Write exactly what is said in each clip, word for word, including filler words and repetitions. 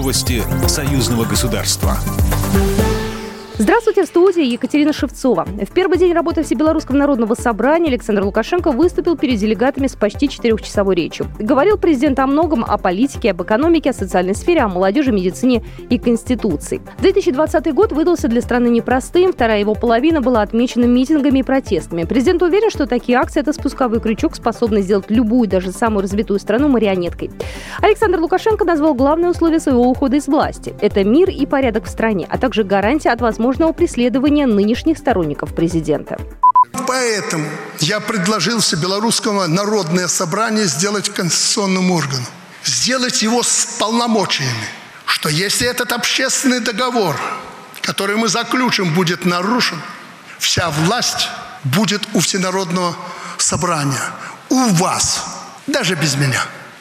Новости союзного государства. Здравствуйте, в студии Екатерина Шевцова. В первый день работы Всебелорусского народного собрания Александр Лукашенко выступил перед делегатами с почти четырехчасовой речью. Говорил президент о многом: о политике, об экономике, о социальной сфере, о молодежи, медицине и Конституции. две тысячи двадцатый год выдался для страны непростым. Вторая его половина была отмечена митингами и протестами. Президент уверен, что такие акции – это спусковой крючок, способный сделать любую, даже самую развитую страну марионеткой. Александр Лукашенко назвал главные условия своего ухода из власти. Это мир и порядок в стране, а также гарантия от возможности преследования нынешних сторонников президента. Поэтому я предложил Всебелорусского народное собрание сделать конституционным органом. Сделать его с полномочиями, что если этот общественный договор, который мы заключим, будет нарушен, вся власть будет у Всенародного собрания, у вас, даже без меня.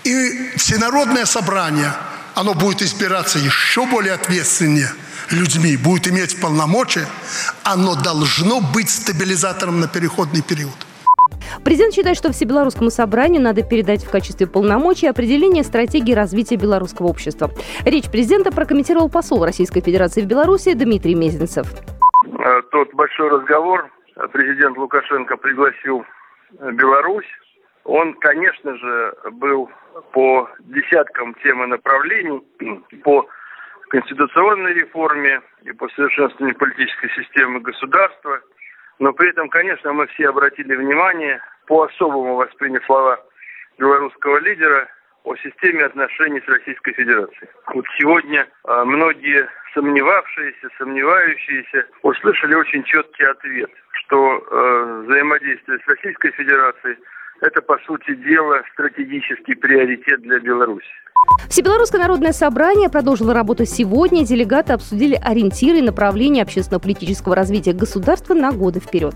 И Всенародное собрание, оно будет избираться еще более ответственнее людьми, будет иметь полномочия, оно должно быть стабилизатором на переходный период. Президент считает, что Всебелорусскому собранию надо передать в качестве полномочий определение стратегии развития белорусского общества. Речь президента прокомментировал посол Российской Федерации в Беларуси Дмитрий Мезенцев. Тот большой разговор президент Лукашенко пригласил Беларусь. Он, конечно же, был по десяткам тем и направлений, по конституционной реформе и по совершенствованию политической системы государства. Но при этом, конечно, мы все обратили внимание, по-особому восприняв слова белорусского лидера о системе отношений с Российской Федерацией. Вот сегодня а, многие сомневавшиеся, сомневающиеся услышали очень четкий ответ, что э, взаимодействие с Российской Федерацией – это, по сути дела, стратегический приоритет для Беларуси. Всебелорусское народное собрание продолжило работу сегодня. Делегаты обсудили ориентиры и направления общественно-политического развития государства на годы вперед.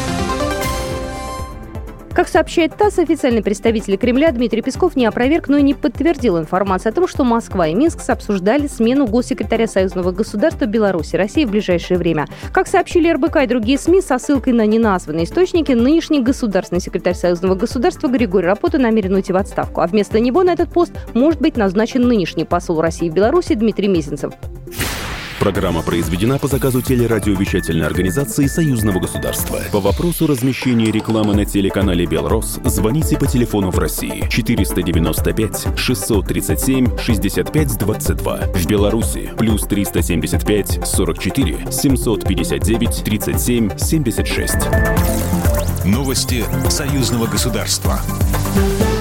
Как сообщает ТАСС, официальный представитель Кремля Дмитрий Песков не опроверг, но и не подтвердил информацию о том, что Москва и Минск обсуждали смену госсекретаря союзного государства Беларуси России в ближайшее время. Как сообщили эр бэ ка и другие СМИ, со ссылкой на неназванные источники, нынешний государственный секретарь союзного государства Григорий Рапота намерен уйти в отставку. А вместо него на этот пост может быть назначен нынешний посол России в Беларуси Дмитрий Мезенцев. Программа произведена по заказу телерадиовещательной организации Союзного государства. По вопросу размещения рекламы на телеканале «Белрос» звоните по телефону в России четыреста девяносто пять шестьсот тридцать семь шестьдесят пять двадцать два. В Беларуси плюс триста семьдесят пять сорок четыре семьсот пятьдесят девять тридцать семь семьдесят шесть. Новости союзного государства.